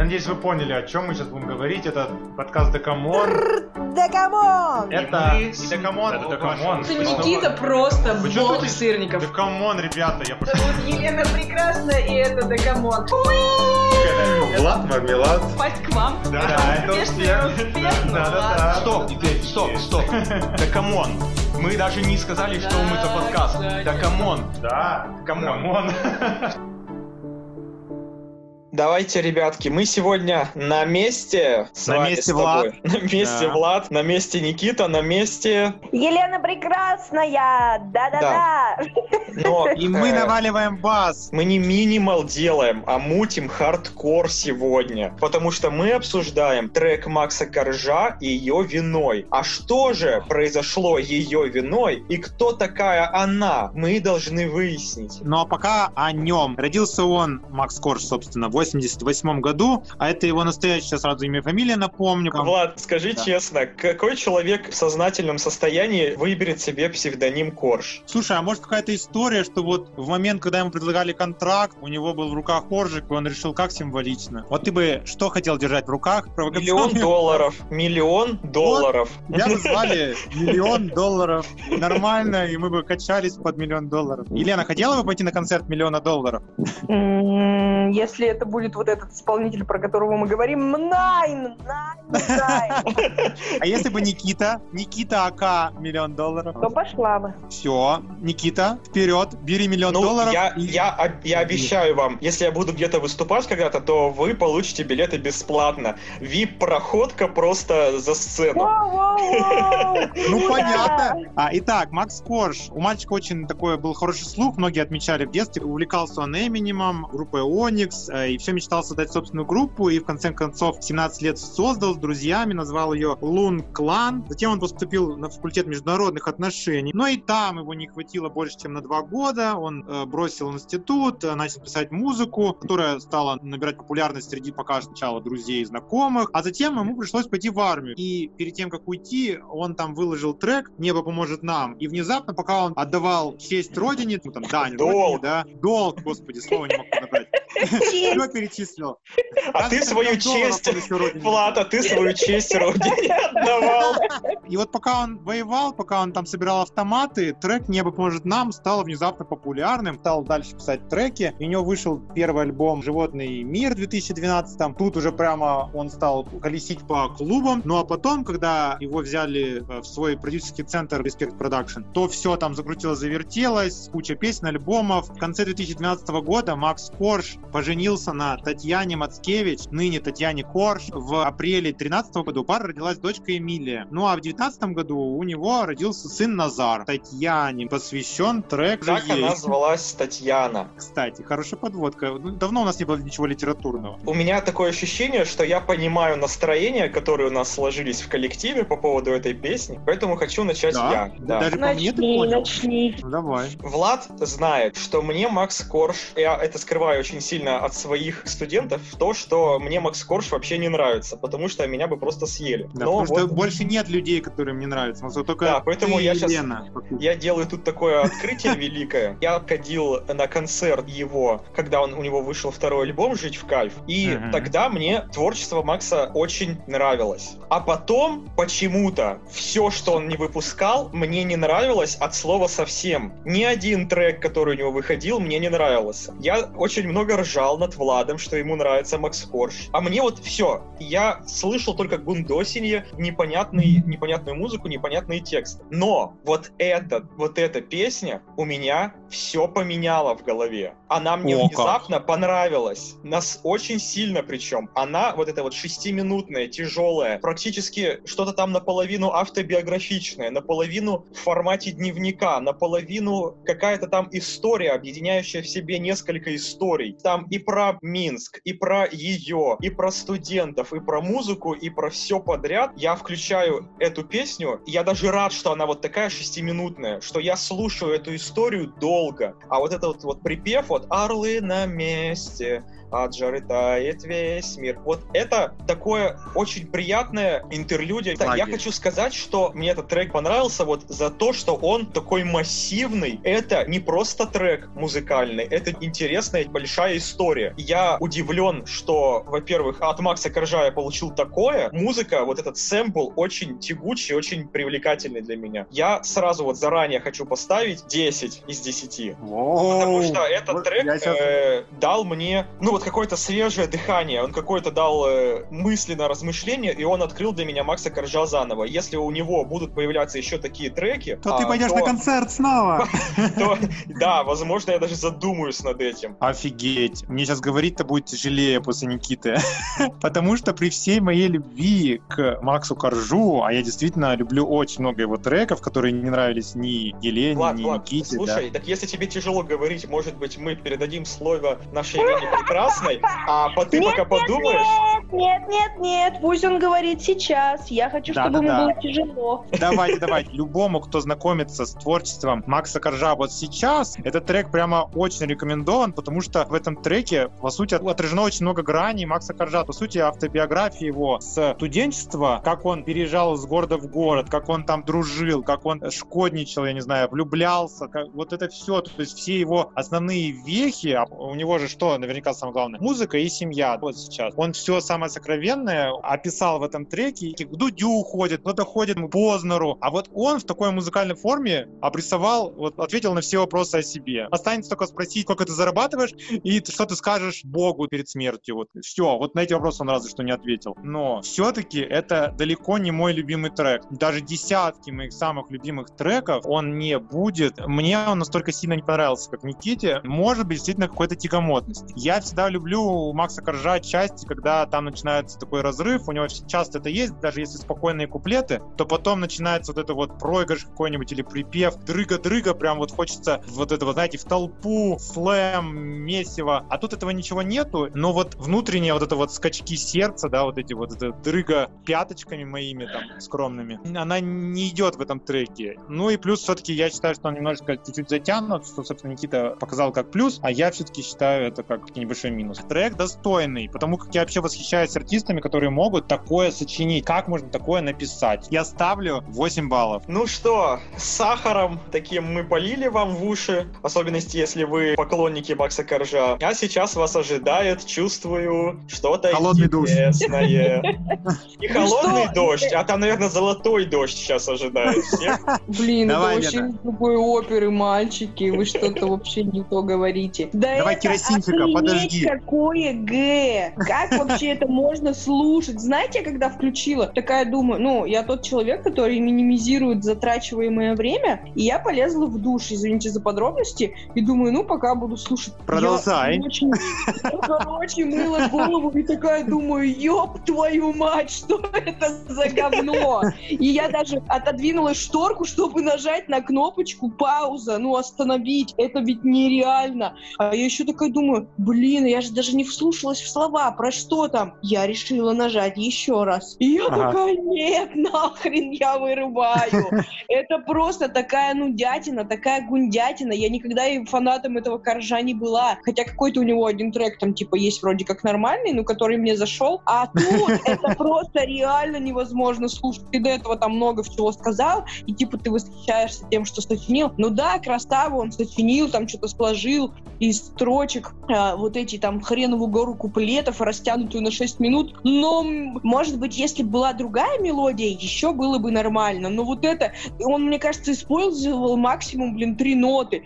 надеюсь, вы поняли, о чем мы сейчас будем говорить. Это подкаст Декамон. Декамон! Это не Декамон, это Декамон. Это Никита просто бог сырников. Декамон, ребята, я пошел. Зовут Елена Прекрасная, и это Декамон. Влад Мармелад. Пасть к вам. Да, это Успешно, успешно. Да. Стоп, теперь, стоп. Декамон. Мы даже не сказали, что мы за подкаст. Декамон. Да, камон. Давайте, ребятки, мы сегодня на месте. На месте Влад. На месте Влад, на месте Никита, на месте... Елена Прекрасная! Да-да-да! Но, И мы наваливаем бас. мы не минимал делаем, а мутим хардкор сегодня. Потому что мы обсуждаем трек Макса Коржа и ее виной. А что же произошло ее виной и кто такая она? Мы должны выяснить. Ну а пока о нем. Родился он, Макс Корж, собственно, в 88 году, а это его настоящее сразу имя и фамилия, напомню. Влад, скажи честно, какой человек в сознательном состоянии выберет себе псевдоним Корж? Слушай, а может какая-то история, что вот в момент, когда ему предлагали контракт, у него был в руках коржик, и он решил, как символично. Вот ты бы что хотел держать в руках? $1 миллион. $1 миллион. Меня бы звали $1 миллион. Нормально, и мы бы качались под $1 миллион. Елена, хотела бы пойти на концерт $1 миллион? Если это будет вот этот исполнитель, про которого мы говорим, Найн. А если бы Никита АК $1 миллион? То пошла бы. Все, Никита, вперед, бери $1 миллион. Я обещаю вам, если я буду где-то выступать когда-то, то вы получите билеты бесплатно. VIP-проходка просто за сцену. Ну, понятно. Итак, Макс Корж. У мальчика очень такой был хороший слух, многие отмечали в детстве. Увлекался он Эминемом, группой Оникс, и все мечтал создать собственную группу, и в конце концов 17 лет создал с друзьями, назвал ее Лун Клан. Затем он поступил на факультет международных отношений, но и там его не хватило больше, чем на 2 года. Он бросил институт, начал писать музыку, которая стала набирать популярность среди пока сначала друзей и знакомых, а затем ему пришлось пойти в армию. И перед тем, как уйти, он там выложил трек «Небо поможет нам». И внезапно, пока он отдавал честь родине, ну там, дань родине, да, долг, господи, слово не мог подобрать. Все перечислил. А ты свою честь, Влад, а ты свою честь родине отдавал. И вот пока он воевал, пока он там собирал автоматы, трек «Небо поможет нам» стал внезапно популярным, стал дальше писать треки. И у него вышел первый альбом «Животный мир» в 2012-м. Тут уже прямо он стал колесить по клубам. Ну а потом, когда его взяли в свой продюсерский центр Respect Production, то все там закрутилось, завертелось, куча песен, альбомов. В конце 2012 года Макс Корж поженился на Татьяне Мацкевич, ныне Татьяне Корж. В апреле 2013 года у пары родилась дочка Эмилия. Ну а в 2019 году у него родился сын Назар. Татьяне посвящен трек. Как она звалась, Татьяна? Кстати, хорошая подводка. Давно у нас не было ничего литературного. У меня такое ощущение, что я понимаю настроения, которые у нас сложились в коллективе по поводу этой песни, поэтому хочу начать я. Да. Даже по мне ты понял? Начни. Ну, давай. Влад знает, что мне Макс Корж, я это скрываю очень сильно от своих студентов, то, что мне Макс Корж вообще не нравится, потому что меня бы просто съели. Да, но потому что больше нет людей, которым не нравится. Только да, поэтому ты, я Елена. Я делаю тут такое открытие великое. Я ходил на концерт его, когда у него вышел второй альбом «Жить в кайф», и тогда мне творчество Макса очень нравилось. А потом почему-то все, что он не выпускал, мне не нравилось от слова совсем. Ни один трек, который у него выходил, мне не нравился. Я очень много ржал над Владом, что ему нравится Макс Корж. А мне вот все. Я слышал только гундосинье, непонятную музыку, непонятные тексты. Но вот эта песня у меня все поменяла в голове. Она мне внезапно понравилась. Нас очень сильно причем. Она вот эта вот 6-минутная, тяжелая, практически что-то там наполовину автобиографичное, наполовину в формате дневника, наполовину какая-то там история, объединяющая в себе несколько историй. Там и про Минск, и про ее, и про студентов, и про музыку, и про все подряд. Я включаю эту песню, и я даже рад, что она вот такая 6-минутная, что я слушаю эту историю долго. А вот этот вот припев, вот «Орлы на месте», от жары тает весь мир. Вот это такое очень приятное интерлюдия. Я хочу сказать, что мне этот трек понравился вот за то, что он такой массивный. Это не просто трек музыкальный, это интересная большая история. Я удивлен, что, во-первых, от Макса Коржа я получил такое. Музыка, вот этот сэмпл очень тягучий, очень привлекательный для меня. Я сразу вот заранее хочу поставить 10 из 10. Потому что этот трек дал мне, ну вот какое-то свежее дыхание, он какое-то дал мысли на размышление, и он открыл для меня Макса Коржа заново. Если у него будут появляться еще такие треки... То ты пойдешь на концерт снова! Да, возможно, я даже задумаюсь над этим. Офигеть. Мне сейчас говорить-то будет тяжелее после Никиты. Потому что при всей моей любви к Максу Коржу, а я действительно люблю очень много его треков, которые не нравились ни Елене, ни Никите. Слушай, так если тебе тяжело говорить, может быть, мы передадим слово нашей Елене Прекрасной, а ты пока подумаешь... Нет, пусть он говорит сейчас. Я хочу, чтобы ему было тяжело. Давайте. Любому, кто знакомится с творчеством Макса Коржа вот сейчас, этот трек прямо очень рекомендован, потому что в этом треке, по сути, отражено очень много граней Макса Коржа. По сути, автобиография его с студенчества, как он переезжал из города в город, как он там дружил, как он шкодничал, я не знаю, влюблялся, вот это все, то есть все его основные вехи, у него же что, наверняка самое главное, музыка и семья, вот сейчас. Он все самое сокровенное описал в этом треке, к Дудю ходит, кто-то ходит к Познеру, а вот он в такой музыкальной форме обрисовал, вот ответил на все вопросы о себе. Останется только спросить, сколько ты зарабатываешь, и что ты скажешь Богу перед смертью. Вот все, вот на эти вопросы он разве что не ответил. Но все-таки это далеко не мой любимый трек. Даже десятки моих самых любимых треков он не будет. Мне он настолько сильно не понравился, как Никите. Может быть, действительно какой-то тягомотность. Я всегда люблю у Макса Коржа части, когда там начинается такой разрыв, у него часто это есть, даже если спокойные куплеты, то потом начинается вот это вот проигрыш какой-нибудь или припев, дрыга-дрыга, прям вот хочется вот этого, знаете, в толпу, слэм, месиво. А тут этого ничего нету, но вот внутренние вот это вот скачки сердца, да, вот эти вот это дрыга пяточками моими там скромными, она не идет в этом треке. Ну и плюс все-таки я считаю, что он немножечко чуть-чуть затянут, что, собственно, Никита показал как плюс, а я все-таки считаю это как небольшой минус. Трек достойный, потому как я вообще восхищаюсь артистами, которые могут такое сочинить. Как можно такое написать? Я ставлю 8 баллов. Ну что, с сахаром таким мы полили вам в уши, в особенности, если вы поклонники Макса Коржа. А сейчас вас ожидает, чувствую, что-то интересное. И холодный дождь, а там, наверное, золотой дождь сейчас ожидает всех. Блин, это вообще из другой оперы, мальчики, вы что-то вообще не то говорите. Давай керосинчика, подожди. Какое Г? Как вообще это можно слушать? Знаете, я когда включила, такая думаю, ну, я тот человек, который минимизирует затрачиваемое время, и я полезла в душ, извините за подробности, и думаю, ну, пока буду слушать. Продолжай. Короче, мыла голову и такая думаю, ёб твою мать, что это за говно? И я даже отодвинула шторку, чтобы нажать на кнопочку пауза, ну, остановить. Это ведь нереально. А я еще такая думаю, блин, я же даже не вслушалась в слова, про что там? Я решила нажать еще раз. И я такая, нет, нахрен я вырубаю. Это просто такая нудятина, такая гундятина. Я никогда и фанатом этого Коржа не была. Хотя какой-то у него один трек там типа есть вроде как нормальный, но который мне зашел. А тут это просто реально невозможно слушать. Ты до этого там много всего сказал, и типа ты восхищаешься тем, что сочинил. Ну да, красаву он сочинил, там что-то сложил из строчек вот эти там хреновую гору куплетов, растянутую на 6 минут. Но, может быть, если бы была другая мелодия, еще было бы нормально. Но вот это, он, мне кажется, использовал максимум, 3 ноты.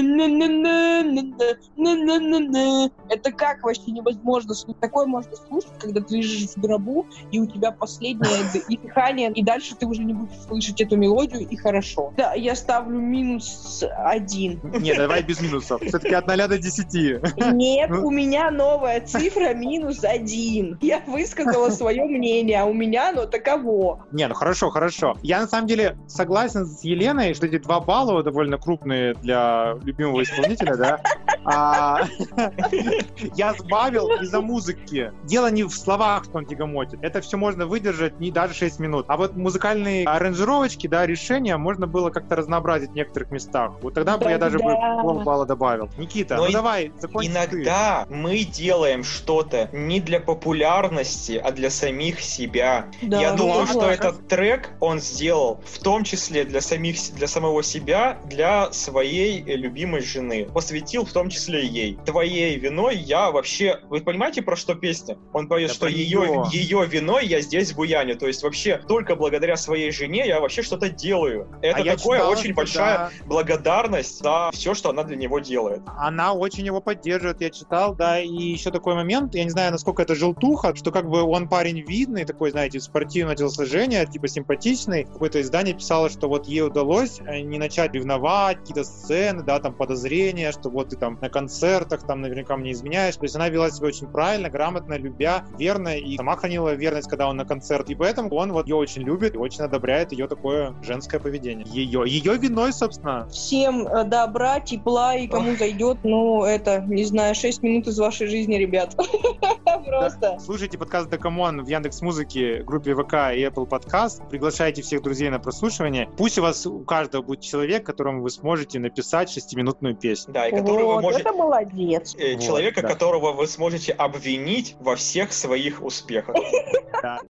Это как вообще невозможно? Такое можно слушать, когда ты лежишь в гробу, и у тебя последнее дыхание, и дальше ты уже не будешь слышать эту мелодию, и хорошо. Да, я ставлю -1. Нет, давай без минусов. Все-таки от 0 до 10. Нет, у меня новая цифра -1. Я высказала свое мнение, а у меня оно таково. Не, ну хорошо. Я на самом деле согласен с Еленой, что эти 2 балла довольно крупные для любимого исполнителя, да? Я сбавил из-за музыки. Дело не в словах, что он тягомотит. Это все можно выдержать не даже 6 минут. А вот музыкальные аранжировочки, да, решения можно было как-то разнообразить в некоторых местах. Вот тогда бы я даже полбалла добавил. Никита, ну давай, закончи. Иногда мы делаем что-то не для популярности, а для самих себя. Да, я думаю, что ладно. этот трек он сделал в том числе для самого себя, для своей любимой жены. Посвятил в том числе ей. Твоей виной я вообще... Вы понимаете, про что песня? Он поет, что ее виной я здесь в Гуяне. То есть вообще только благодаря своей жене я вообще что-то делаю. Это такое очень большая благодарность за все, что она для него делает. Она очень его поддерживает, я читал, да, и еще такой момент, я не знаю, насколько это желтуха, что как бы он парень видный, такой, знаете, спортивного телосложения, типа симпатичный. Какое-то издание писало, что вот ей удалось не начать ревновать, какие-то сцены, да, там подозрения, что вот ты там на концертах, там наверняка мне изменяешь. То есть она вела себя очень правильно, грамотно, любя, верно, и сама хранила верность, когда он на концерт. И поэтому он вот ее очень любит и очень одобряет ее такое женское поведение. Ее виной, собственно. Всем добра, тепла, и кому зайдет, ну, это, не знаю, 6 минут из вашей жизни, ребят. Просто. Слушайте подкаст Декамон в Яндекс.Музыке, группе ВК и Apple Podcast. Приглашайте всех друзей на прослушивание. Пусть у каждого будет человек, которому вы сможете написать 6-минутную песню. Да, и которого вы можете... это молодец. Человека, которого вы сможете обвинить во всех своих успехах. Да.